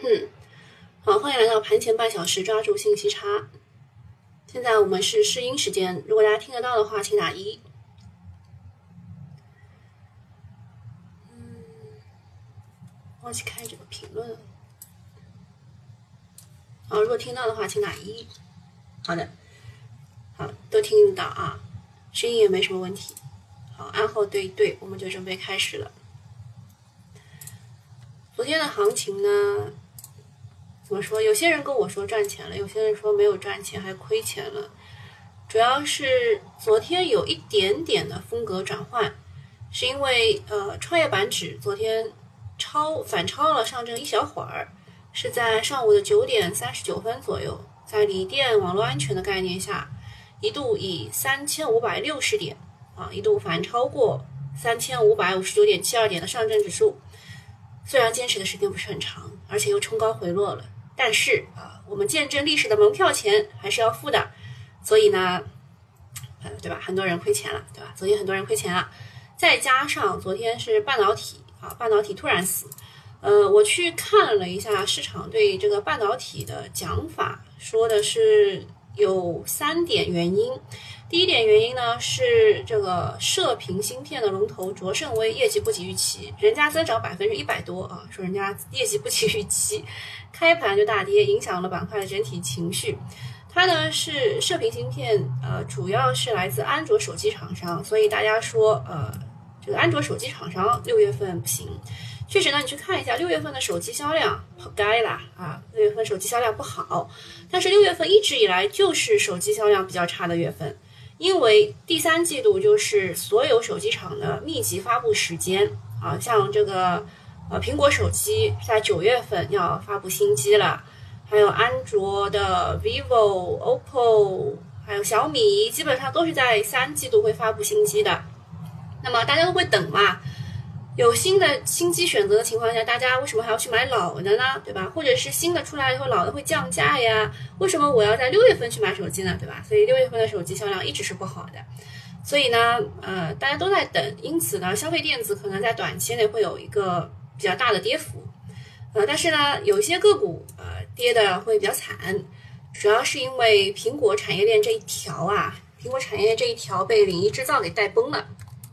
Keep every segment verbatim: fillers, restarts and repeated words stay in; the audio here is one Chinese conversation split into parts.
好，欢迎来到盘前半小时，抓住信息差。现在我们是试音时间，如果大家听得到的话，请打一。嗯，忘记开这个评论了。好，如果听到的话，请打一。好的，好，都听得到啊，声音也没什么问题。好，暗号对一对，我们就准备开始了。昨天的行情呢？怎么说？有些人跟我说赚钱了，有些人说没有赚钱，还亏钱了。主要是昨天有一点点的风格转换，是因为呃创业板指昨天超反超了上证一小会儿，是在上午的九点三十九分左右，在锂电网络安全的概念下，一度以三千五百六十点啊一度反超过三千五百五十九点七二点的上证指数。虽然坚持的时间不是很长，而且又冲高回落了，但是啊，我们见证历史的门票钱还是要付的，所以呢，呃，对吧？很多人亏钱了，对吧？昨天很多人亏钱了，再加上昨天是半导体啊，半导体突然死，呃，我去看了一下市场对这个半导体的讲法，说的是有三点原因。第一点原因呢是这个射频芯片的龙头卓胜微业绩不及预期，人家增长百分之一百多啊，说人家业绩不及预期，开盘就大跌，影响了板块的整体情绪。它呢是射频芯片，呃，主要是来自安卓手机厂商，所以大家说，呃，这个安卓手机厂商六月份不行。确实呢，你去看一下六月份的手机销量，跑该啦啊！六月份手机销量不好，但是六月份一直以来就是手机销量比较差的月份。因为第三季度就是所有手机厂的密集发布时间啊，像这个呃苹果手机在九月份要发布新机了，还有安卓的 vivo、oppo， 还有小米，基本上都是在三季度会发布新机的。那么大家都会等嘛，有新的新机选择的情况下，大家为什么还要去买老的呢？对吧？或者是新的出来以后，老的会降价呀？为什么我要在六月份去买手机呢？对吧？所以六月份的手机销量一直是不好的。所以呢，呃，大家都在等，因此呢，消费电子可能在短期内会有一个比较大的跌幅。呃，但是呢，有一些个股呃跌的会比较惨，主要是因为苹果产业链这一条啊，苹果产业链这一条被领域制造给带崩了。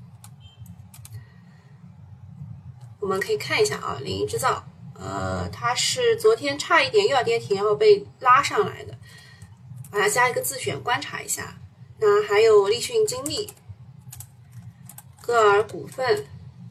我们可以看一下啊，领域制造，呃，它是昨天差一点又要跌停，然后被拉上来的，把它加一个自选观察一下。那还有立讯精密、歌尔股份、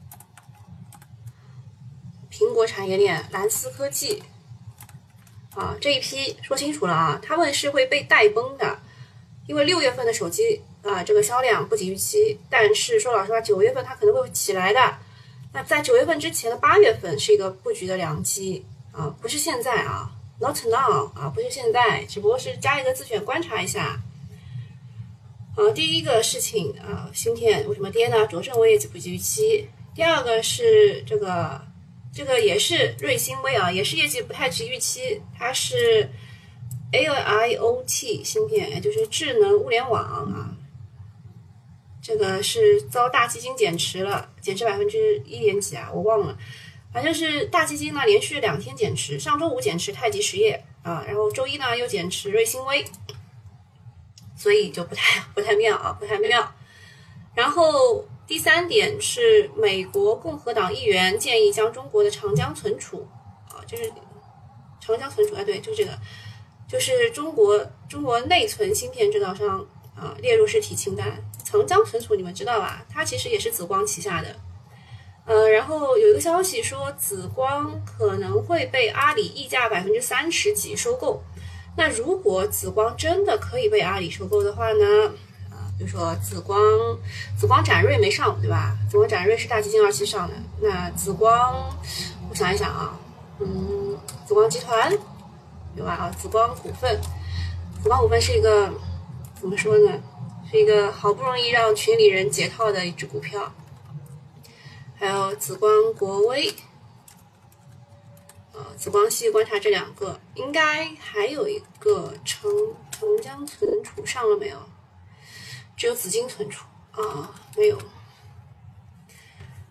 苹果产业链、蓝思科技，啊，这一批说清楚了啊，他们是会被带崩的，因为六月份的手机啊，这个销量不及预期，但是说老实话，九月份它可能会起来的。那在九月份之前的八月份是一个布局的良机啊，不是现在啊 ，not now 啊，不是现在，只不过是加一个自选观察一下。好，第一个事情啊，芯片为什么跌呢？卓胜微业绩不及预期。第二个是这个，这个也是瑞芯微啊，也是业绩不太及预期，它是 A I O T 芯片，也就是智能物联网啊。这个是遭大基金减持了，减持百分之一点几啊，我忘了，反正是大基金呢连续两天减持，上周五减持太极实业啊，然后周一呢又减持瑞芯微，所以就不太不太妙啊，不太妙。然后第三点是美国共和党议员建议将中国的长江存储啊，就是长江存储啊，对，就是这个，就是中国中国内存芯片制造商啊列入实体清单。长江存储你们知道吧？它其实也是紫光旗下的。呃，然后有一个消息说，紫光可能会被阿里溢价百分之三十几收购。那如果紫光真的可以被阿里收购的话呢？啊，比如说紫光，紫光展锐没上，对吧？紫光展锐是大基金二期上的。那紫光，我想一想啊，嗯，紫光集团，对吧？啊，紫光股份，紫光股份是一个怎么说呢？是一个好不容易让群里人解套的一只股票，还有紫光国微，呃，紫光系观察这两个，应该还有一个长长江存储上了没有？只有紫金存储啊，没有。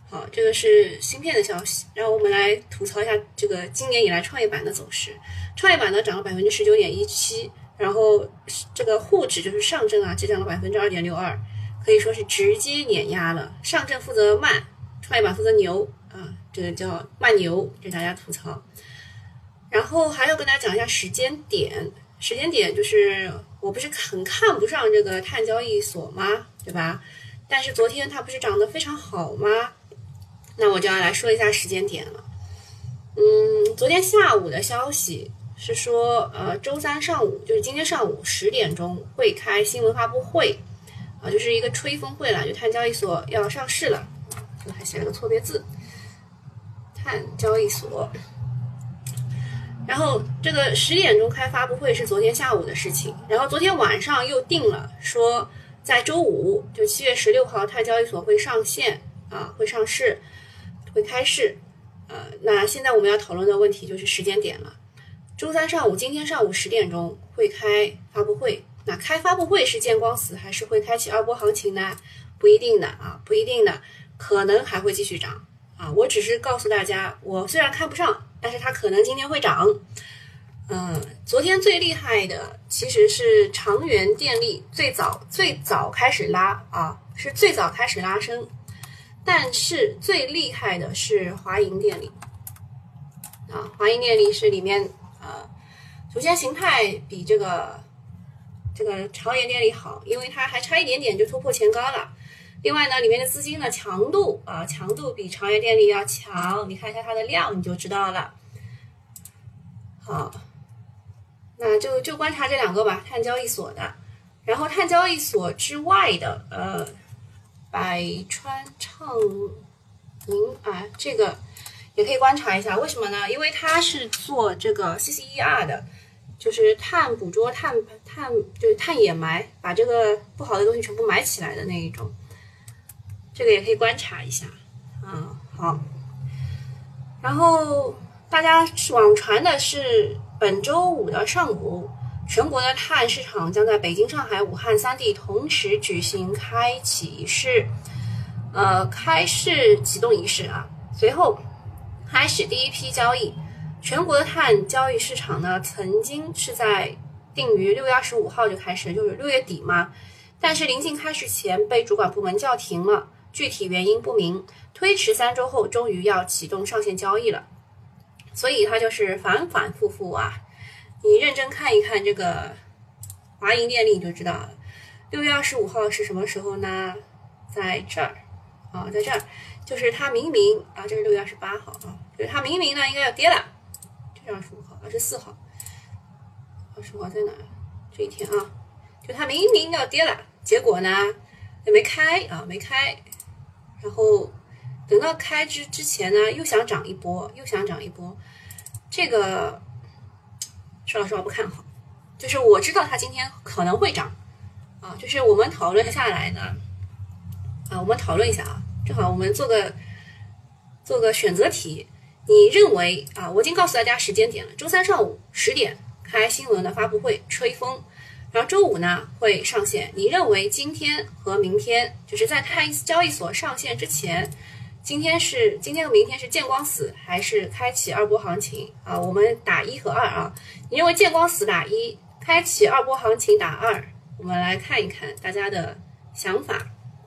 好，这个是芯片的消息。然后我们来吐槽一下这个今年以来创业板的走势。创业板呢涨了百分之十九点一七，然后这个沪指就是上证啊，只涨了百分之二点六二，可以说是直接碾压了。上证负责慢，创业板负责牛啊，这个叫慢牛，给大家吐槽。然后还要跟大家讲一下时间点，时间点就是我不是很看不上这个碳交易所吗？对吧？但是昨天它不是涨得非常好吗？那我就要来说一下时间点了。嗯，昨天下午的消息是说，呃，周三上午，就是今天上午十点钟会开新闻发布会，啊，就是一个吹风会了，就碳交易所要上市了，这还写了个错别字，碳交易所。然后这个十点钟开发布会是昨天下午的事情，然后昨天晚上又定了说，在周五，就七月十六号，碳交易所会上线啊，会上市。会开市，呃，那现在我们要讨论的问题就是时间点了。周三上午，今天上午十点钟会开发布会。那开发布会是见光死，还是会开启二波行情呢？不一定的啊，不一定的，可能还会继续涨啊。我只是告诉大家，我虽然看不上，但是它可能今天会涨。嗯，昨天最厉害的其实是长源电力，最早最早开始拉啊，是最早开始拉升。但是最厉害的是华银电力啊，华银电力是里面呃，首先形态比这个这个长源电力好，因为它还差一点点就突破前高了。另外呢，里面的资金的强度啊，强度比长源电力要强，你看一下它的量你就知道了。好，那就就观察这两个吧，碳交易所的，然后碳交易所之外的呃。百川畅银啊，这个也可以观察一下，为什么呢？因为它是做这个 C C E R 的，就是碳捕捉、碳碳就是碳掩埋，把这个不好的东西全部埋起来的那一种，这个也可以观察一下。嗯，好。然后大家网传的是本周五的上午，全国的碳市场将在北京、上海、武汉三地同时举行开启仪式，呃，开市启动仪式啊。随后开始第一批交易。全国的碳交易市场呢，曾经是在定于六月二十五号就开始，就是六月底嘛。但是临近开市前被主管部门叫停了，具体原因不明。推迟三周后，终于要启动上线交易了。所以它就是反反复复啊。你认真看一看这个华银电力，你就知道了。六月二十五号是什么时候呢？在这儿啊，在这儿，就是它明明啊，这是六月二十八号啊，就是它明明呢应该要跌了。这是二十五号，二十四号，二十五号在哪？这一天啊，就它明明要跌了，结果呢也没开啊，没开，然后等到开之之前呢，又想涨一波，又想涨一波，这个。说老实话不看好，就是我知道它今天可能会涨啊，就是我们讨论下来呢，啊，我们讨论一下啊，正好我们做个做个选择题，你认为啊，我已经告诉大家时间点了，周三上午十点开新闻的发布会吹风，然后周五呢会上线，你认为今天和明天就是在碳交易所上线之前，今天是今天和明天是见光死还是开启二波行情啊？我们打一和二啊。你认为见光死打一，开启二波行情打二？我们来看一看大家的想法。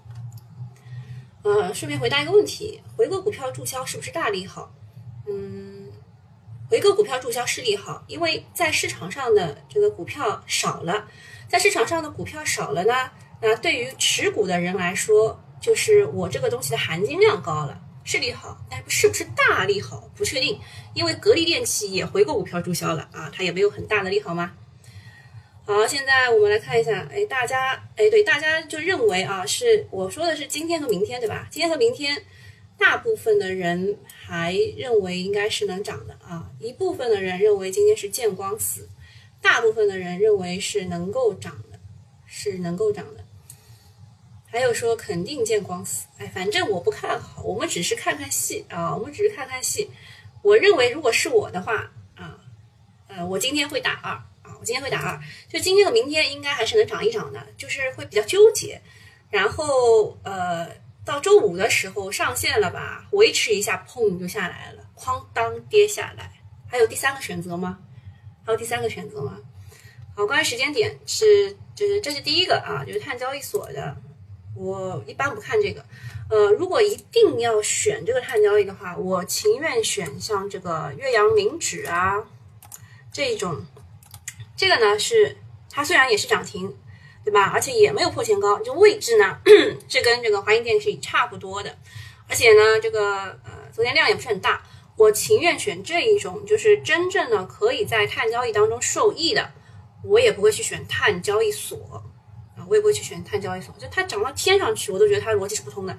呃，顺便回答一个问题：回购股票注销是不是大利好？嗯，回购股票注销是利好，因为在市场上的这个股票少了，在市场上的股票少了呢，那对于持股的人来说，就是我这个东西的含金量高了，是利好，但是不是大利好不确定，因为格力电器也回购股票注销了啊，它也没有很大的利好吗？好，现在我们来看一下，哎，大家，哎，对，大家就认为啊，是我说的是今天和明天，对吧？今天和明天，大部分的人还认为应该是能涨的啊，一部分的人认为今天是见光死，大部分的人认为是能够涨的，是能够涨的。还有说肯定见光死，哎，反正我不看好，我们只是看看戏啊，我们只是看看戏。我认为如果是我的话啊，呃，我今天会打二啊，我今天会打二，就今天和明天应该还是能涨一涨的，就是会比较纠结。然后呃， 到周五的时候上线了吧，维持一下，砰就下来了，哐当跌下来。还有第三个选择吗？还有第三个选择吗？好，关于时间点是，就是这是第一个啊，就是碳交易所的，我一般不看这个。呃，如果一定要选这个碳交易的话，我情愿选像这个岳阳零指啊这种。这个呢是它虽然也是涨停，对吧？而且也没有破前高，这位置呢是跟这个华银电是差不多的，而且呢这个呃昨天量也不是很大。我情愿选这一种，就是真正的可以在碳交易当中受益的，我也不会去选碳交易所啊，我也不会去选碳交易所，就它涨到天上去，我都觉得它的逻辑是不通的。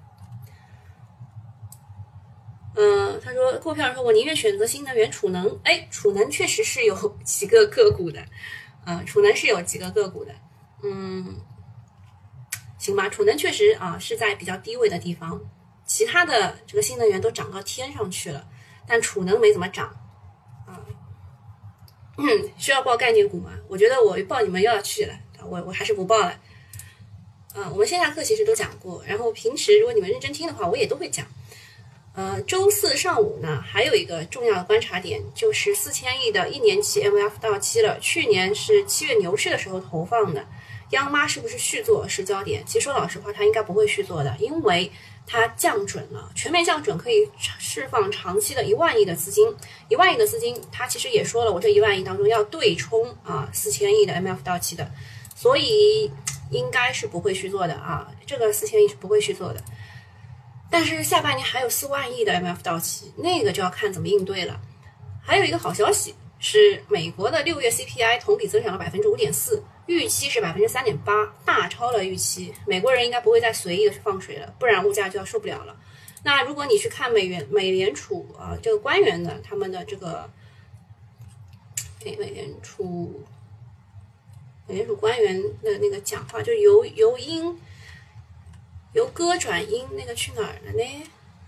嗯、呃，他说购票说我宁愿选择新能源储能，哎，储能确实是有几个个股的，呃，储能是有几个个股的，嗯，行吧，储能确实啊是在比较低位的地方。其他的这个新能源都涨到天上去了，但储能没怎么涨啊。嗯，需要报概念股吗？我觉得我报你们又要去了，我我还是不报了。啊，我们线下课其实都讲过，然后平时如果你们认真听的话，我也都会讲。呃，周四上午呢，还有一个重要的观察点，就是四千亿的一年期 M F 到期了，去年是七月牛市的时候投放的，央妈是不是续做是焦点。其实说老实话，它应该不会续做的，因为它降准了，全面降准可以释放长期的一万亿的资金，一万亿的资金，它其实也说了，我这一万亿当中要对冲啊四千亿的 M F 到期的，所以应该是不会续做的啊，这个四千亿是不会续做的。但是下半年还有四万亿的 M F 到期，那个就要看怎么应对了。还有一个好消息是，美国的六月 C P I 同比增长了百分之五点四，预期是百分之三点八，大超了预期。美国人应该不会再随意的去放水了，不然物价就要受不了了。那如果你去看美元美联储啊、呃、这个官员的他们的这个，哎，美联储美联储官员的那个讲话，就由由鹰。由歌转音那个去哪儿了呢？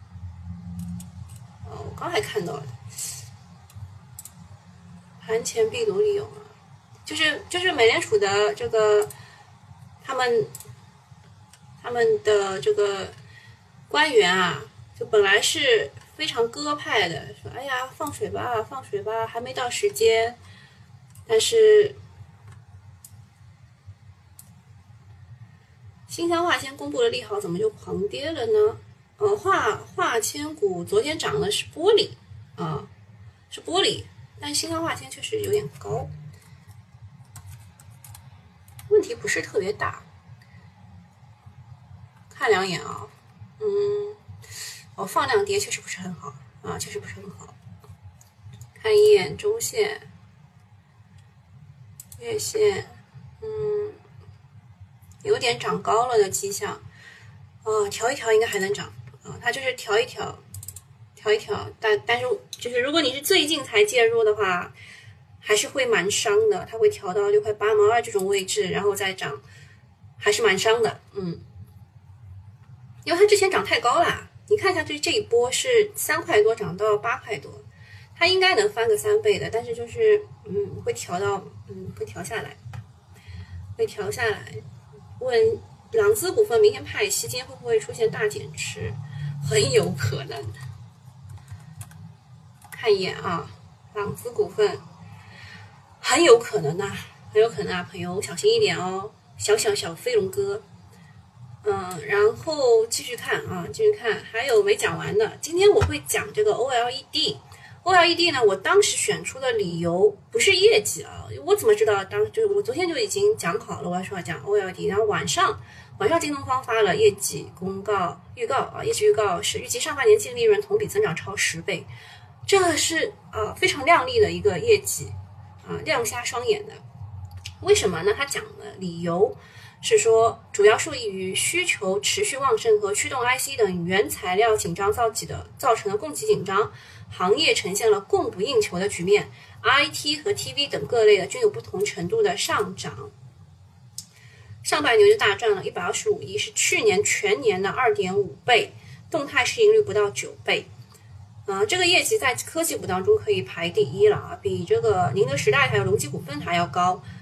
哦，我刚才看到了，盘前必读利用啊，就是就是美联储的这个他们他们的这个官员啊，就本来是非常鸽派的，说哎呀放水吧放水吧，还没到时间，但是。新乡化纤公布了利好，怎么就狂跌了呢？呃，化化纤股昨天涨的是玻璃啊，是玻璃，但新乡化纤确实有点高，问题不是特别大。看两眼啊，嗯，哦，放量跌确实不是很好啊，确实不是很好。看一眼周线、月线，嗯。有点长高了的迹象，呃，调一调应该还能涨啊、呃，它就是调一调，调一调，但但是就是如果你是最近才介入的话，还是会蛮伤的，它会调到六块八毛二这种位置，然后再涨，还是蛮伤的，嗯，因为它之前涨太高了，你看一下这这一波是三块多涨到八块多，它应该能翻个三倍的，但是就是嗯会调到嗯会调下来，会调下来。问朗姿股份明天派息，今天会不会出现大减持？很有可能。看一眼啊，朗姿股份很有可能呐、啊，很有可能啊，朋友小心一点哦，小小小飞龙哥。嗯，然后继续看啊，继续看，还有没讲完的。今天我会讲这个 O L E D。O L E D 呢，我当时选出的理由不是业绩啊，我怎么知道当就是我昨天就已经讲好了，我要说要讲 O L E D， 然后晚上晚上京东方发了业绩公告预告啊，业绩预告是预计上半年净利润同比增长超十倍，这是呃非常亮丽的一个业绩啊，亮瞎双眼的。为什么呢？他讲的理由是说，主要受益于需求持续旺盛和驱动 I C 等原材料紧张造起的造成的供给紧张。行业呈现了供不应求的局面 ，I T 和 T V 等各类的均有不同程度的上涨。上半年就大赚了一百二十五亿，是去年全年的 二点五倍，动态市盈率不到九倍。呃，这个业绩在科技股当中可以排第一了啊，比这个宁德时代还有隆基股份还要高。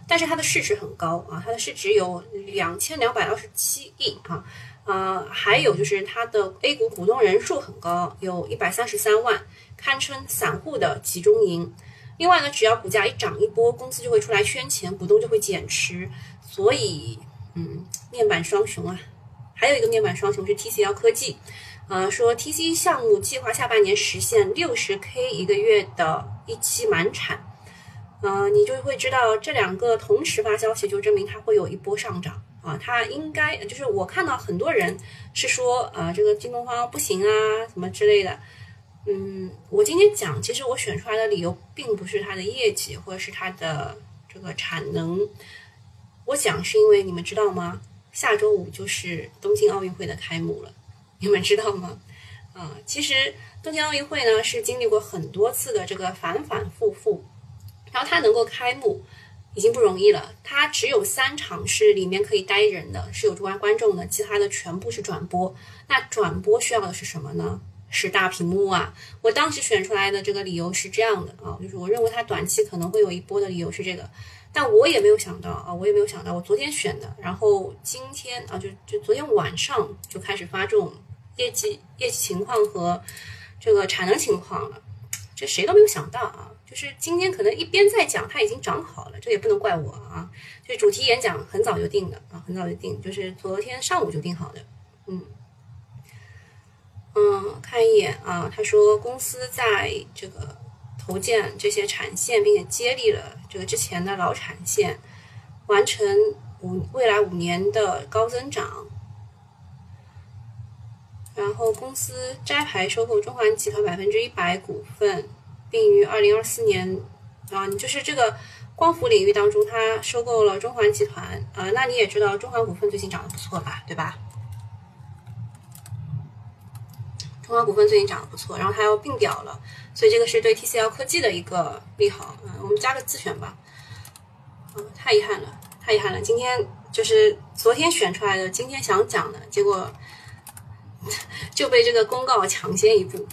但是它的市值很高啊，它的市值有两千两百二十七亿啊。呃，还有就是它的 A 股股东人数很高，有一百三十三万，堪称散户的集中营。另外呢，只要股价一涨一波，公司就会出来圈钱，股东就会减持，所以嗯，面板双雄啊。还有一个面板双雄是 T C L 科技，呃，说 T C 项目计划下半年实现六十 K 一个月的一期满产，呃，你就会知道这两个同时发消息，就证明它会有一波上涨。啊，它应该就是我看到很多人是说，啊，这个京东方不行啊，什么之类的。嗯，我今天讲，其实我选出来的理由并不是它的业绩或者是它的这个产能，我讲是因为你们知道吗？下周五就是东京奥运会的开幕了，你们知道吗？啊，其实东京奥运会呢是经历过很多次的这个反反复复，然后它能够开幕。已经不容易了，它只有三场是里面可以待人的，是有观观众的，其他的全部是转播。那转播需要的是什么呢？是大屏幕啊！我当时选出来的这个理由是这样的啊，就是我认为它短期可能会有一波的理由是这个，但我也没有想到啊，我也没有想到，我昨天选的，然后今天啊，就就昨天晚上就开始发这种业绩业绩情况和这个产能情况了，这谁都没有想到啊！就是今天可能一边在讲，它已经涨好了，这也不能怪我啊。就是主题演讲很早就定的啊，很早就定，就是昨天上午就定好的。嗯嗯，看一眼啊，他说公司在这个投建这些产线，并且接力了这个之前的老产线，完成五未来五年的高增长。然后公司摘牌收购中环集团百分之一百股份。并于二零二四年啊，你就是这个光伏领域当中，它收购了中环集团啊，那你也知道中环股份最近涨得不错吧，对吧？中环股份最近涨得不错，然后它要并表了，所以这个是对 T C L 科技的一个利好啊。我们加个自选吧，啊，太遗憾了，太遗憾了，今天就是昨天选出来的，今天想讲的结果就被这个公告抢先一步。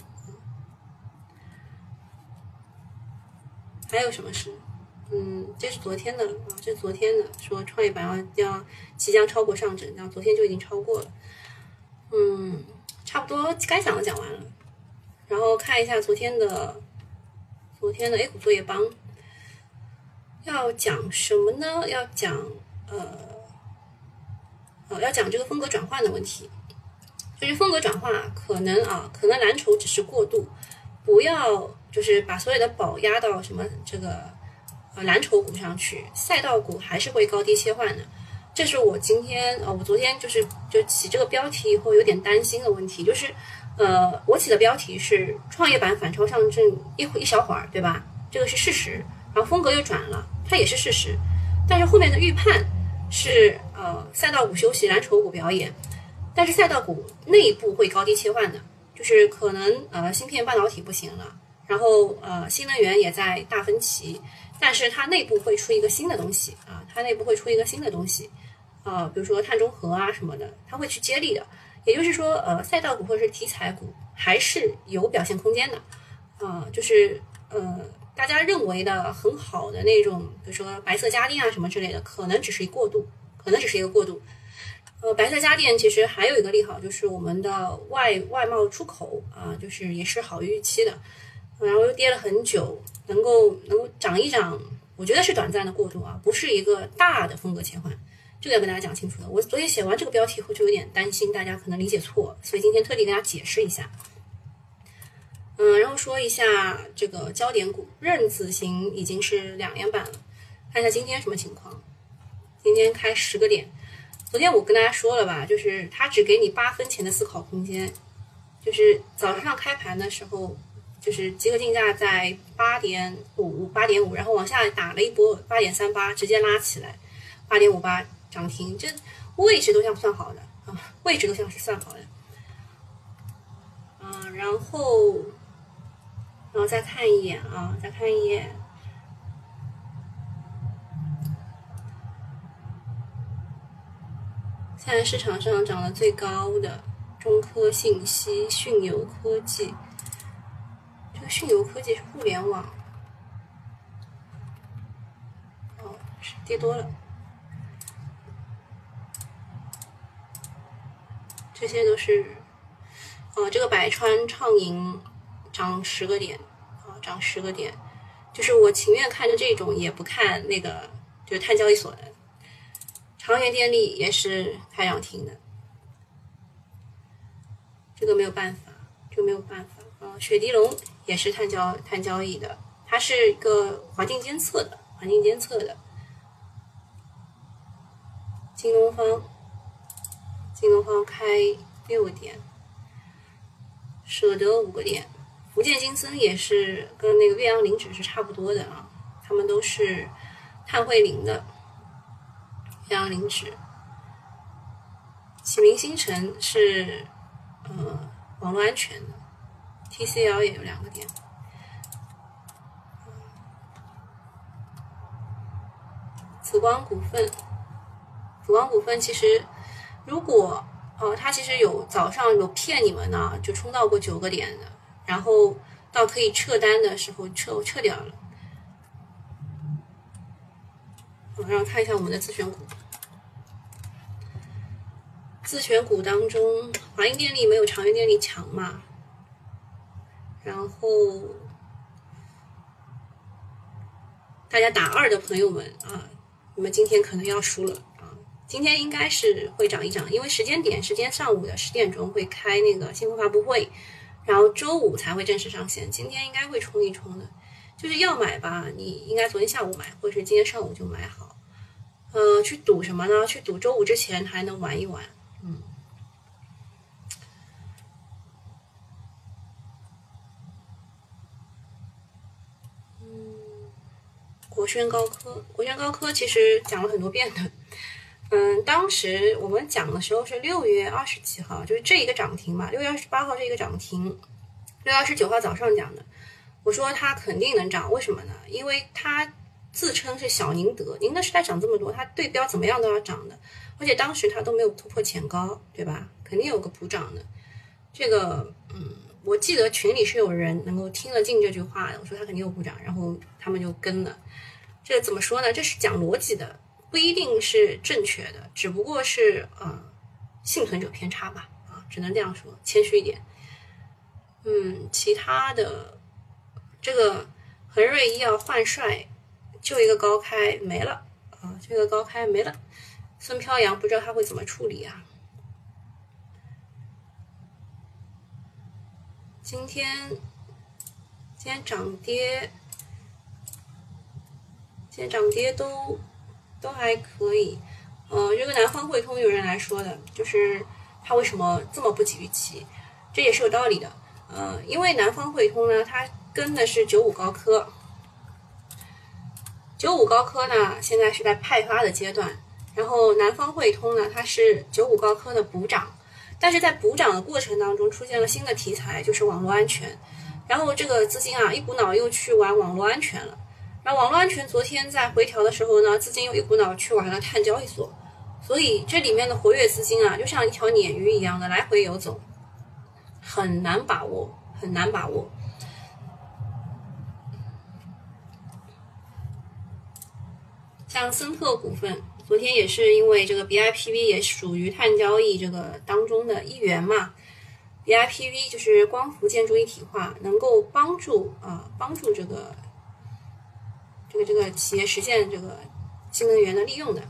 还有什么事？嗯，这是昨天的了啊，这是昨天的，说创业板要要即将超过上证，然后昨天就已经超过了。嗯，差不多该讲的讲完了，然后看一下昨天的昨天的 A 股作业帮，要讲什么呢？要讲呃呃要讲这个风格转换的问题，就是风格转换啊，可能啊可能蓝筹只是过渡，不要。就是把所有的宝压到什么这个呃蓝筹股上去，赛道股还是会高低切换的。这是我今天呃我昨天就是就起这个标题以后有点担心的问题，就是呃我起的标题是创业板反超上证一一小会儿，对吧？这个是事实，然后风格又转了，它也是事实，但是后面的预判是呃赛道股休息，蓝筹股表演，但是赛道股内部会高低切换的，就是可能呃芯片半导体不行了。然后呃，新能源也在大分歧，但是它内部会出一个新的东西啊，它内部会出一个新的东西，呃，比如说碳中和啊什么的，它会去接力的。也就是说，呃，赛道股或者是题材股还是有表现空间的，啊、呃，就是呃，大家认为的很好的那种，比如说白色家电啊什么之类的，可能只是一过渡，可能只是一个过渡。呃，白色家电其实还有一个利好，就是我们的外外贸出口啊、呃，就是也是好于预期的。然后又跌了很久，能够能够涨一涨，我觉得是短暂的过渡啊，不是一个大的风格切换，这个要跟大家讲清楚的。我昨天写完这个标题后就有点担心大家可能理解错，所以今天特地跟大家解释一下。嗯，然后说一下这个焦点股，任子行已经是两连板了，看一下今天什么情况。今天开十个点，昨天我跟大家说了吧，就是它只给你八分钱的思考空间，就是早上开盘的时候。就是集合竞价在八点五、八点五，然后往下打了一波八点三八，直接拉起来，八点五八涨停，这位置都像算好的啊，位置都像是算好的。嗯，然后，然后再看一眼啊，再看一眼，现在市场上涨得最高的中科信息、讯游科技。这个讯游科技是互联网，哦， 跌多了。这些都是，呃，这个百川畅银涨十个点，啊，涨十个点，就是我情愿看着这种，也不看那个就是碳交易所的。长源电力也是开涨停的，这个没有办法，这个没有办法。呃，雪迪龙也是碳交碳交易的，它是一个环境监测的，环境监测的。京东方，京东方开六个点，舍得五个点。福建金森也是跟那个岳阳林指是差不多的啊，他们都是碳汇零的。岳阳林指，启明星辰是呃网络安全的 ，T C L 也有两个点。紫光股份，紫光股份其实如果呃它其实有早上有骗你们呢，就冲到过九个点的，然后到可以撤单的时候撤撤掉了。然后看一下我们的自选股，自选股当中，华英电力没有长源电力强嘛，然后大家打二的朋友们啊，你们今天可能要输了啊！今天应该是会涨一涨，因为时间点时间上午的十点钟会开那个新闻发布会，然后周五才会正式上线，今天应该会冲一冲的。就是要买吧，你应该昨天下午买，或者是今天上午就买好。呃，去赌什么呢？去赌周五之前还能玩一玩。嗯。嗯，国轩高科，国轩高科其实讲了很多遍的。嗯，当时我们讲的时候是六月二十几号，就是这一个涨停嘛，六月二十八号这一个涨停，六月二十九号早上讲的。我说它肯定能涨，为什么呢？因为它自称是小宁德，宁德时代涨这么多，它对标怎么样都要涨的，而且当时它都没有突破前高，对吧？肯定有个补涨的。这个，嗯，我记得群里是有人能够听得进这句话的，我说它肯定有补涨，然后他们就跟了。这怎么说呢？这是讲逻辑的，不一定是正确的，只不过是呃幸存者偏差吧，啊，只能这样说，谦虚一点。嗯，其他的。这个恒瑞医药换帅，就一个高开没了啊！这个高开没了，孙飘扬不知道他会怎么处理啊？今天今天涨跌，今天涨跌都都还可以。呃，这个南方汇通有人来说的，就是他为什么这么不及预期？这也是有道理的。呃，因为南方汇通呢，它跟的是九五高科，九五高科呢现在是在派发的阶段，然后南方汇通呢它是九五高科的补涨，但是在补涨的过程当中出现了新的题材，就是网络安全，然后这个资金啊一股脑又去玩网络安全了，然后网络安全昨天在回调的时候呢，资金又一股脑去玩了碳交易所，所以这里面的活跃资金啊就像一条鲶鱼一样的来回游走，很难把握，很难把握。像森特股份，昨天也是因为这个 B I P V 也属于碳交易这个当中的一员嘛 ，B I P V 就是光伏建筑一体化，能够帮助啊、呃、帮助这个这个这个企业实现这个新能源的利用的。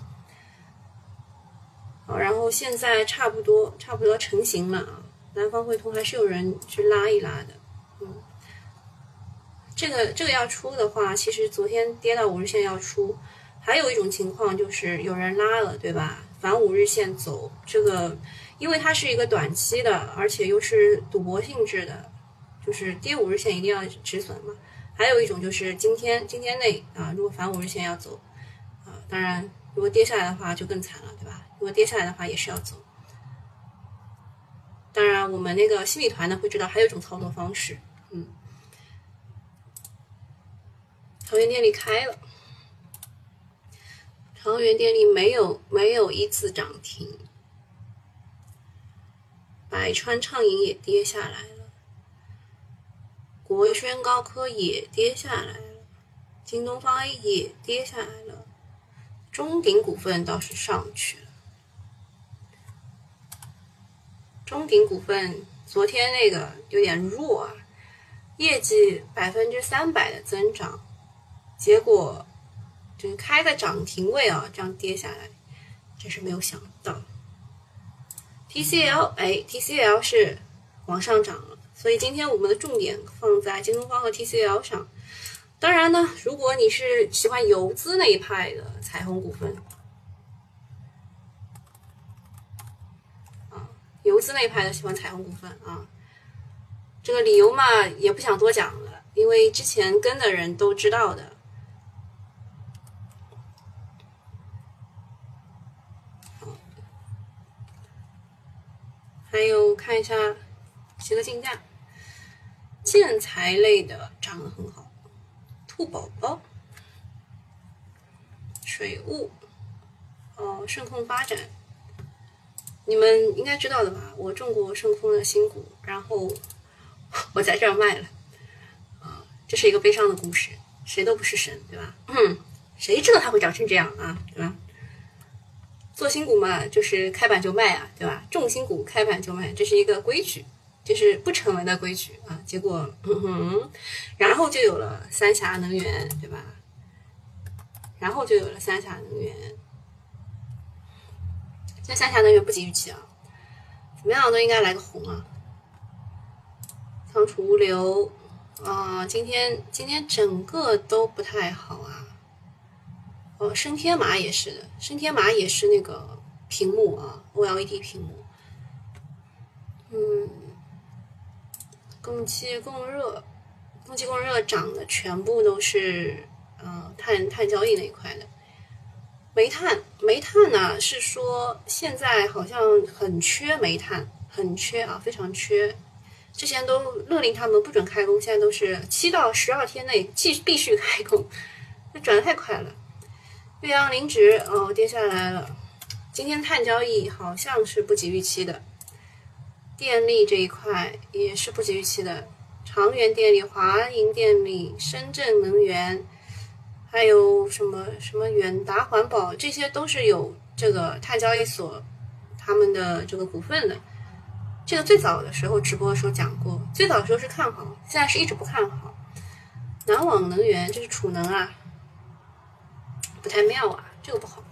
好，然后现在差不多差不多成型了啊，南方汇通还是有人去拉一拉的，嗯，这个这个要出的话，其实昨天跌到五日线要出。还有一种情况就是有人拉了，对吧？反五日线走，这个因为它是一个短期的，而且又是赌博性质的，就是跌五日线一定要止损嘛。还有一种就是今天今天内啊，如果反五日线要走啊，当然如果跌下来的话就更惨了，对吧？如果跌下来的话也是要走。当然我们那个新米团呢会知道还有一种操作方式，嗯，长源电力开了。长源电力没有没有一次涨停，百川畅银也跌下来了，国轩高科也跌下来了，京东方 A 也跌下来了， 中鼎股份倒是上去了，中鼎股份昨天那个有点弱啊，业绩百分之三百的增长，结果就是开个涨停位啊，这样跌下来，真是没有想到。T C L 哎 ，T C L 是往上涨了，所以今天我们的重点放在京东方和 T C L 上。当然呢，如果你是喜欢游资那一派的彩虹股份啊，游资那一派的喜欢彩虹股份啊，这个理由嘛也不想多讲了，因为之前跟的人都知道的。还有看一下几个竞价，建材类的涨得很好，兔宝宝、水务、哦，盛控发展，你们应该知道的吧？我中过盛控的新股，然后我在这儿卖了，啊，这是一个悲伤的故事，谁都不是神，对吧？嗯，谁知道它会长成这样啊，对吧？做新股嘛，就是开板就卖啊，对吧？重新股开板就卖，这是一个规矩，这是不成文的规矩啊。结果，嗯哼，然后就有了三峡能源，对吧？然后就有了三峡能源。现在三峡能源不及预期啊，怎么样都应该来个红啊。仓储物流啊、呃，今天今天整个都不太好啊。哦，升天马也是的，升天马也是那个屏幕啊 ，O L E D 屏幕。嗯，供气供热，供气供热涨的全部都是呃碳碳交易那一块的。煤炭，煤炭呢是说现在好像很缺煤炭，很缺啊，非常缺。之前都勒令他们不准开工，现在都是七到十二天内继必须开工，这转得太快了。岳阳零脂哦跌下来了，今天碳交易好像是不及预期的，电力这一块也是不及预期的，长源电力、华银电力、深圳能源，还有什么什么远达环保，这些都是有这个碳交易所他们的这个股份的。这个最早的时候直播的时候讲过，最早的时候是看好，现在是一直不看好。南网能源这是储能啊，不太妙啊，这个不好。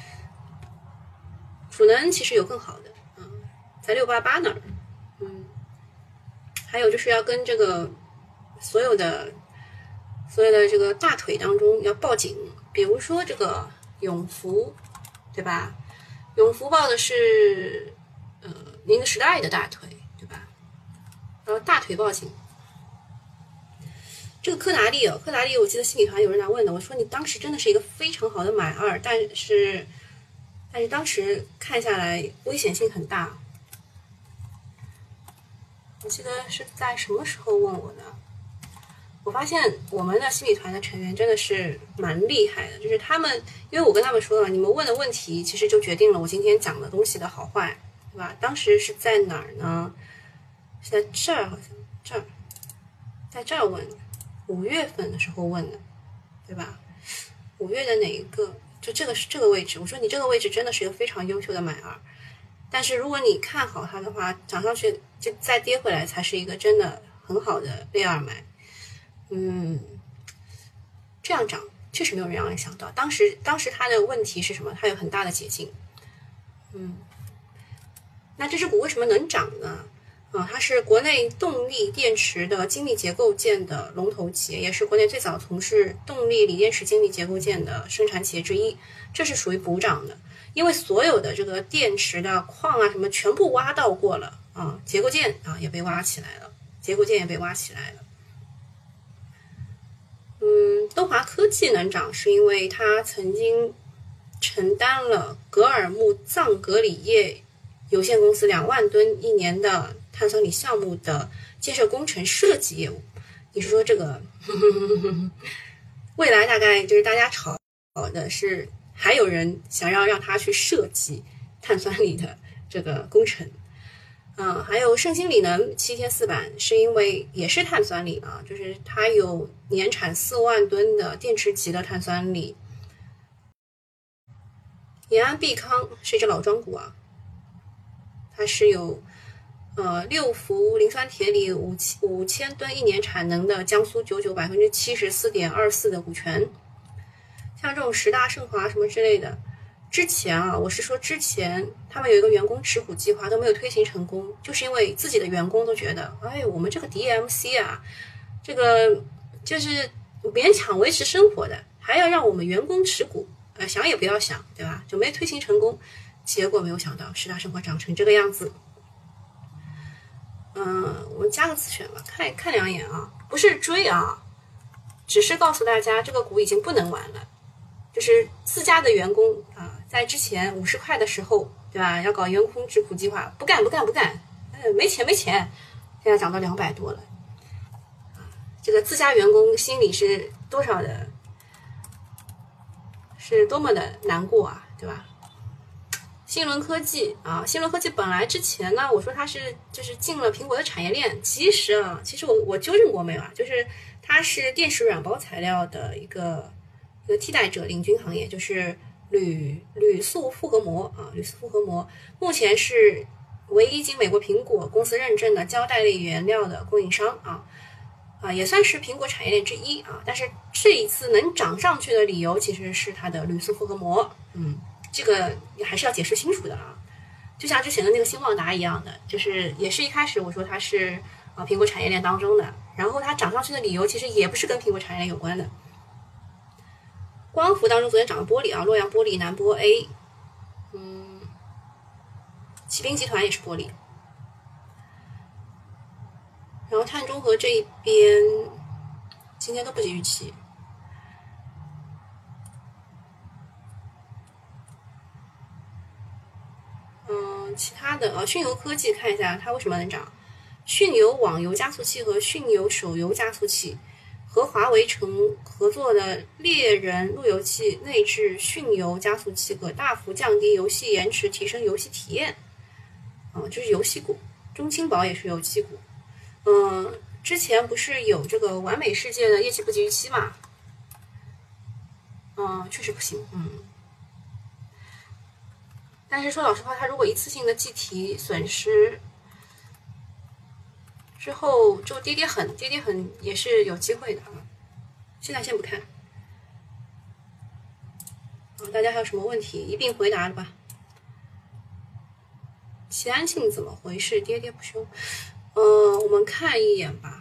储能其实有更好的，嗯，在六八八那儿，嗯，还有就是要跟这个所有的所有的这个大腿当中要报警，比如说这个永福，对吧？永福报的是呃宁德时代的大腿，对吧？然后大腿报警。这个柯达利哦，柯达利，我记得新米团有人来问的，我说你当时真的是一个非常好的买二，但是但是当时看下来危险性很大。我记得是在什么时候问我的？我发现我们的新米团的成员真的是蛮厉害的，就是他们，因为我跟他们说了，你们问的问题其实就决定了我今天讲的东西的好坏，对吧？当时是在哪儿呢？是在这儿，好像这儿，在这儿问的。五月份的时候问的，对吧？五月的哪一个？就这个是这个位置。我说你这个位置真的是一个非常优秀的买二，但是如果你看好它的话，涨上去就再跌回来才是一个真的很好的类二买。嗯，这样涨确实没有人让人想到。当时当时它的问题是什么？它有很大的捷径。嗯，那这只股为什么能涨呢？啊，它是国内动力电池的精密结构件的龙头企业，也是国内最早从事动力锂电池精密结构件的生产企业之一，这是属于补涨的，因为所有的这个电池的矿啊什么全部挖到过了啊，结构件啊也被挖起来了，结构件也被挖起来了。嗯，东华科技能涨是因为它曾经承担了格尔木藏格锂业有限公司两万吨一年的碳酸锂项目的建设工程设计业务。你是说这个呵呵呵呵未来大概就是大家吵的是还有人想要让他去设计碳酸锂的这个工程。嗯，还有盛鑫锂能七天四板是因为也是碳酸锂啊，就是它有年产四万吨的电池级的碳酸锂， 延安必康是一只老庄股啊，它是有呃六氟磷酸铁锂五五千吨一年产能的江苏九九百分之七十四点二四的股权。像这种十大盛华什么之类的，之前啊，我是说之前他们有一个员工持股计划都没有推行成功，就是因为自己的员工都觉得，哎，我们这个 D M C 啊，这个就是勉强维持生活的，还要让我们员工持股，呃，想也不要想，对吧？就没推行成功，结果没有想到十大盛华长成这个样子。嗯，我们加个自选吧，看看两眼啊，不是追啊，只是告诉大家这个股已经不能玩了。就是自家的员工啊，在之前五十块的时候，对吧？要搞员工持股计划，不干不干不干，呃，没钱没钱，现在涨到两百多了，啊，这个自家员工心里是多少的，是多么的难过啊，对吧？新伦科技啊，新伦科技本来之前呢，我说它是就是进了苹果的产业链，其实啊，其实我我纠正过没有啊？就是它是电池软包材料的一个。一个替代者领军行业就是铝铝塑复合膜啊，铝塑复合膜目前是唯一经美国苹果公司认证的胶带类原料的供应商啊啊，也算是苹果产业链之一啊。但是这一次能涨上去的理由其实是它的铝塑复合膜，嗯，这个还是要解释清楚的啊。就像之前的那个新旺达一样的，就是也是一开始我说它是啊苹果产业链当中的，然后它涨上去的理由其实也不是跟苹果产业链有关的。光伏当中昨天涨了玻璃啊，洛阳玻璃、南玻 A， 嗯，启兵集团也是玻璃。然后碳中和这一边今天都不及预期。嗯，其他的啊，迅游科技看一下它为什么能涨。迅游网游加速器和迅游手游加速器和华为成合作的猎人路由器内置迅游加速器，可大幅降低游戏延迟，提升游戏体验。啊，这是游戏股。中青宝也是游戏股。嗯，之前不是有这个完美世界的业绩不及预期嘛？嗯，确实不行。嗯，但是说老实话，它如果一次性的计提损失之后就跌跌狠，跌跌狠也是有机会的啊。现在先不看。啊，大家还有什么问题一并回答了吧？齐安信怎么回事？跌跌不休。呃，我们看一眼吧。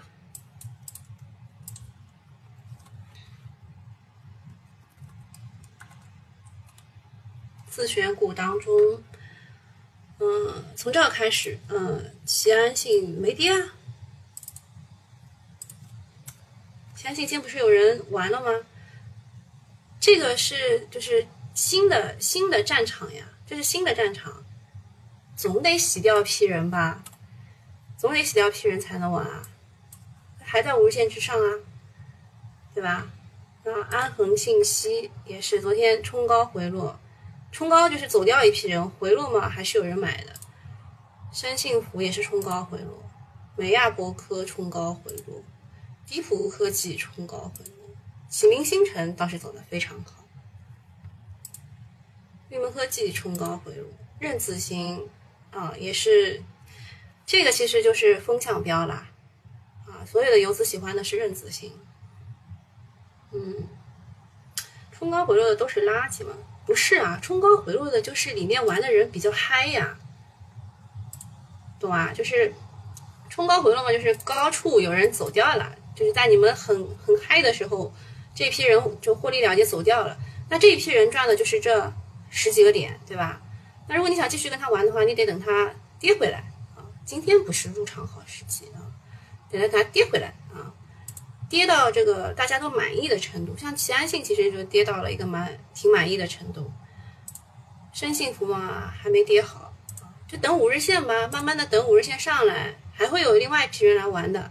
自选股当中，嗯、呃，从这儿开始，嗯、呃，齐安信没跌啊。齐安信今天不是有人玩了吗？这个是就是新的新的战场呀，这是新的战场，总得洗掉一批人吧，总得洗掉一批人才能玩啊，还在五日线之上啊，对吧？那安恒信息也是昨天冲高回落。冲高就是走掉一批人，回落嘛还是有人买的。深信服也是冲高回落，美亚博科冲高回落，迪普科技冲高回落，启明星辰倒是走得非常好。绿盟科技冲高回落，任子行啊也是，这个其实就是风向标啦啊，所有的游资喜欢的是任子行。嗯，冲高回落的都是垃圾吗？不是啊，冲高回落的就是里面玩的人比较嗨呀，懂啊？就是冲高回落嘛，就是高处有人走掉了，就是在你们很很嗨的时候，这批人就获利了结走掉了。那这一批人赚的就是这十几个点，对吧？那如果你想继续跟他玩的话，你得等他跌回来啊。今天不是入场好时机啊，等着它跌回来啊。跌到这个大家都满意的程度，像齐安信其实就跌到了一个蛮挺满意的程度，深信服嘛还没跌好，就等五日线吧，慢慢的等五日线上来，还会有另外一批人来玩的。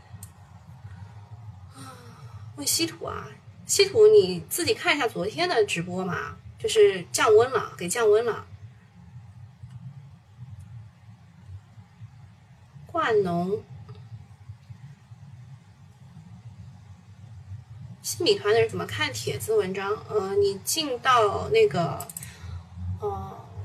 问稀土啊，稀土你自己看一下昨天的直播嘛，就是降温了，给降温了。冠农。新米团的人怎么看帖子文章？呃，你进到那个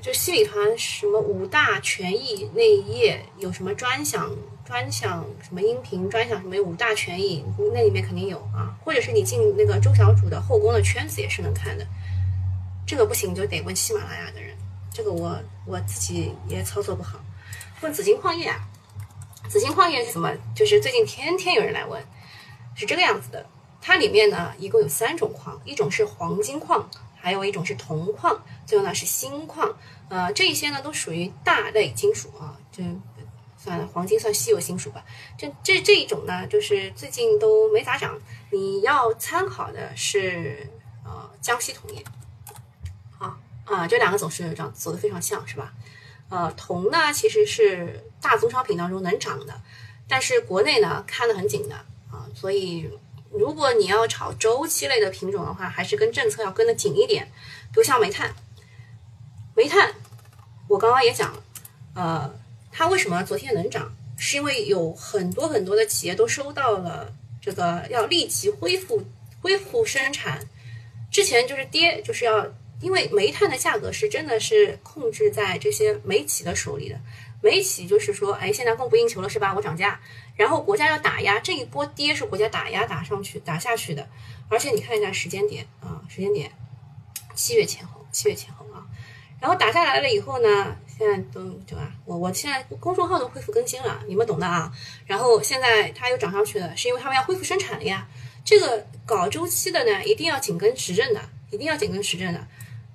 就西米团什么五大权益那一页有什么专享专享什么音频专享什么五大权益，那里面肯定有啊，或者是你进那个周小主的后宫的圈子也是能看的。这个不行就得问喜马拉雅的人，这个我我自己也操作不好。问紫金矿业啊，紫金矿业是什么？就是最近天天有人来问，是这个样子的。它里面呢一共有三种矿，一种是黄金矿，还有一种是铜矿，最后呢是锌矿。呃，这一些呢都属于大类金属啊，就算了，黄金算稀有金属吧。这这这一种呢，就是最近都没咋涨。你要参考的是呃江西铜业。啊啊，这两个走势涨走得非常像，是吧？呃，铜呢其实是大宗商品当中能涨的，但是国内呢看得很紧的啊，所以如果你要炒周期类的品种的话，还是跟政策要跟得紧一点。比如像煤炭，煤炭我刚刚也讲了，呃，它为什么昨天能涨，是因为有很多很多的企业都收到了这个要立即恢复恢复生产，之前就是跌，就是要。因为煤炭的价格是真的是控制在这些煤企的手里的，煤企就是说，哎，现在供不应求了是吧？我涨价，然后国家要打压，这一波跌是国家打压打上去打下去的，而且你看一下时间点啊，时间点七月前后，七月前后啊，然后打下来了以后呢，现在都对吧？我我现在公众号都恢复更新了，你们懂的啊。然后现在它又涨上去了，是因为他们要恢复生产了呀。这个搞周期的呢，一定要紧跟时政的，一定要紧跟时政的。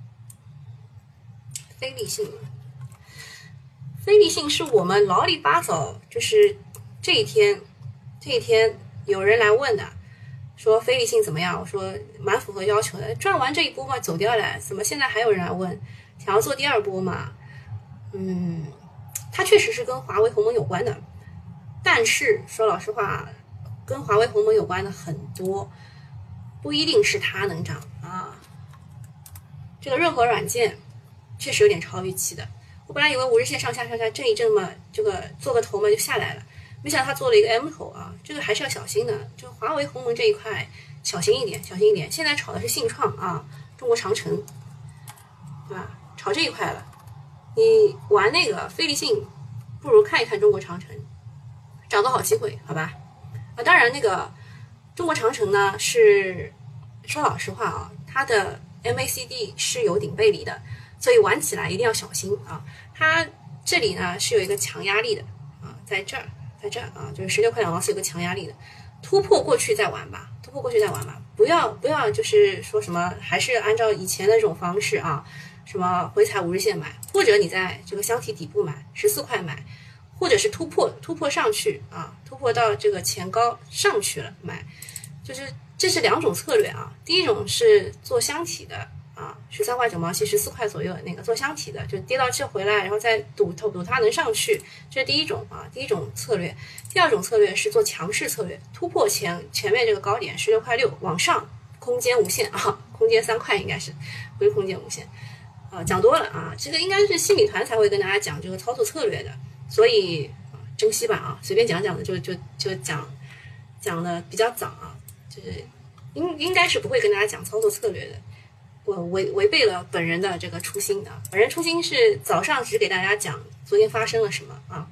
非理性，非理性是我们老里八早，就是这一天，这一天有人来问的，说非理性怎么样？我说蛮符合要求的，赚完这一波嘛走掉了，怎么现在还有人来问，想要做第二波嘛？嗯，它确实是跟华为鸿蒙有关的，但是说老实话，跟华为鸿蒙有关的很多，不一定是它能涨啊。这个任何软件。确实有点超预期的，我本来以为五日线上下上下震一震嘛，这个做个头嘛就下来了，没想到他做了一个 M 头啊，这个还是要小心的。就华为鸿蒙这一块小心一点，小心一点。现在炒的是信创啊，中国长城，对吧？炒这一块了，你玩那个非理性，不如看一看中国长城，找个好机会，好吧？啊，当然那个中国长城呢是说老实话啊，它的 M A C D 是有顶背离的。所以玩起来一定要小心啊！它这里呢是有一个强压力的啊，在这儿，在这儿啊，就是十六块两毛是有个强压力的，突破过去再玩吧，突破过去再玩吧，不要不要就是说什么，还是按照以前的这种方式啊，什么回踩五日线买，或者你在这个箱体底部买，十四块买，或者是突破突破上去啊，突破到这个前高上去了买，就是这是两种策略啊，第一种是做箱体的。啊，十三块九毛七，十四块左右的那个做箱体的，就跌到这回来，然后再赌赌赌它能上去，这是第一种啊，第一种策略。第二种策略是做强势策略，突破前前面这个高点十六块六往上，空间无限啊，空间三块应该是，不是空间无限啊，讲多了啊，这个应该是新米团才会跟大家讲这个操作策略的，所以啊，珍惜吧啊，随便讲讲的就就就讲讲的比较早啊，就是应应该是不会跟大家讲操作策略的。我违违背了本人的这个初心的，本人初心是早上只给大家讲昨天发生了什么啊。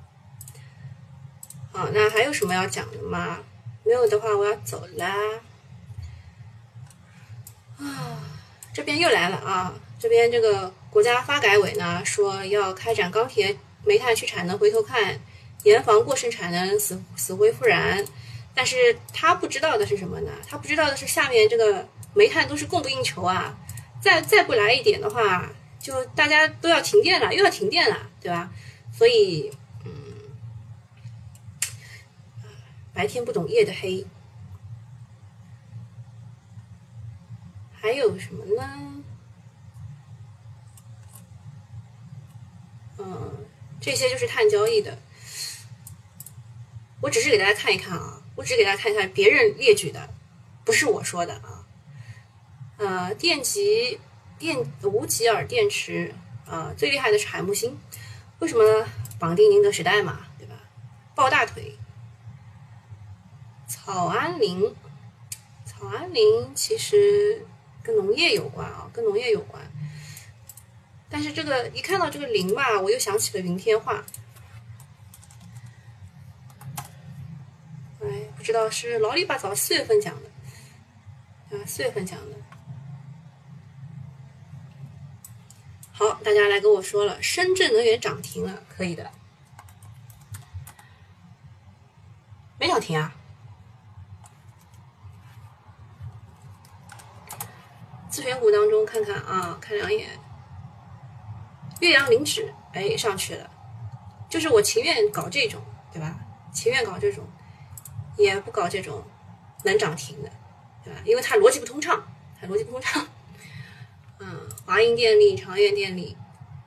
好，那还有什么要讲的吗？没有的话，我要走啦。啊，这边又来了啊！这边这个国家发改委呢说要开展钢铁、煤炭去产能回头看，严防过剩产能死死灰复燃。但是他不知道的是什么呢？他不知道的是下面这个。煤炭都是供不应求啊，再再不来一点的话，就大家都要停电了，又要停电了，对吧？所以，嗯，白天不懂夜的黑，还有什么呢？嗯，这些就是碳交易的，我只是给大家看一看啊，我只是给大家看一看别人列举的，不是我说的啊。呃，电极电无极耳电池，呃，最厉害的是海木星，为什么呢？绑定宁德时代嘛，对吧？抱大腿。草安林，草安林其实跟农业有关啊，跟农业有关。 但是这个一看到这个零吧，我又想起了云天化。哎，不知道是老里八早四月份讲的，啊，四月份讲的。好，大家来跟我说了，深圳能源涨停了，可以的。没涨停啊？自选股当中看看啊，看两眼。岳阳零指，哎，上去了。就是我情愿搞这种，对吧？情愿搞这种，也不搞这种能涨停的，对吧？因为它逻辑不通畅，它逻辑不通畅。嗯，华银电力、长源电力。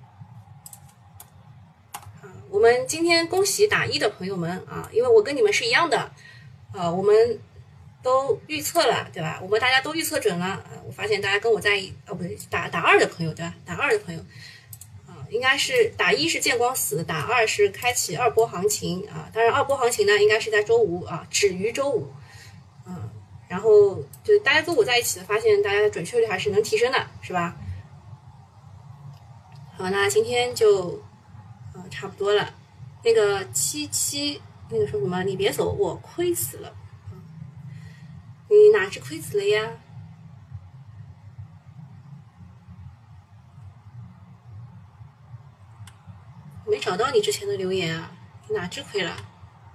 啊，我们今天恭喜打一的朋友们啊，因为我跟你们是一样的，啊，我们都预测了，对吧？我们大家都预测准了。啊，我发现大家跟我在一，哦，不对，打打二的朋友，对吧？打二的朋友。应该是打一是见光死，打二是开启二波行情啊。当然，二波行情呢，应该是在周五啊，止于周五，嗯，然后就大家跟我在一起的，发现大家的准确率还是能提升的，是吧？好，那今天就啊差不多了。那个七七那个说什么？你别走，我亏死了。你哪只亏死了呀？没找到你之前的留言啊，你哪只亏了？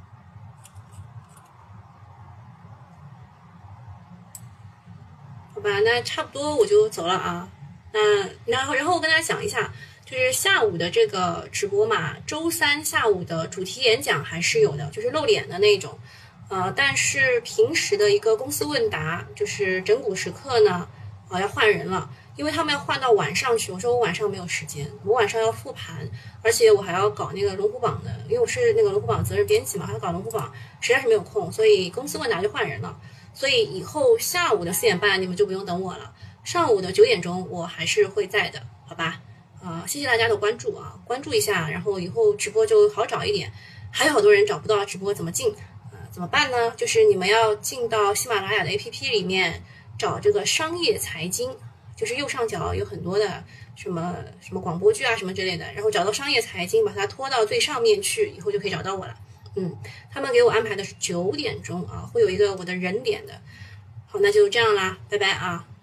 好吧，那差不多我就走了啊。那然后然后我跟大家讲一下，就是下午的这个直播嘛，周三下午的主题演讲还是有的，就是露脸的那种。呃，但是平时的一个公司问答，就是整蛊时刻呢，啊，要换人了。因为他们要换到晚上去，我说我晚上没有时间，我晚上要复盘，而且我还要搞那个龙虎榜的，因为我是那个龙虎榜责任编辑嘛，还要搞龙虎榜，实在是没有空，所以公司问答就换人了。所以以后下午的四点半你们就不用等我了，上午的九点钟我还是会在的，好吧？啊、呃，谢谢大家的关注啊，关注一下，然后以后直播就好找一点。还有好多人找不到直播怎么进，呃，怎么办呢？就是你们要进到喜马拉雅的 A P P 里面找这个商业财经。就是右上角有很多的什么什么广播剧啊什么之类的，然后找到商业财经，把它拖到最上面去，以后就可以找到我了。嗯，他们给我安排的是九点钟啊，会有一个我的人脸的。好，那就这样啦，拜拜啊。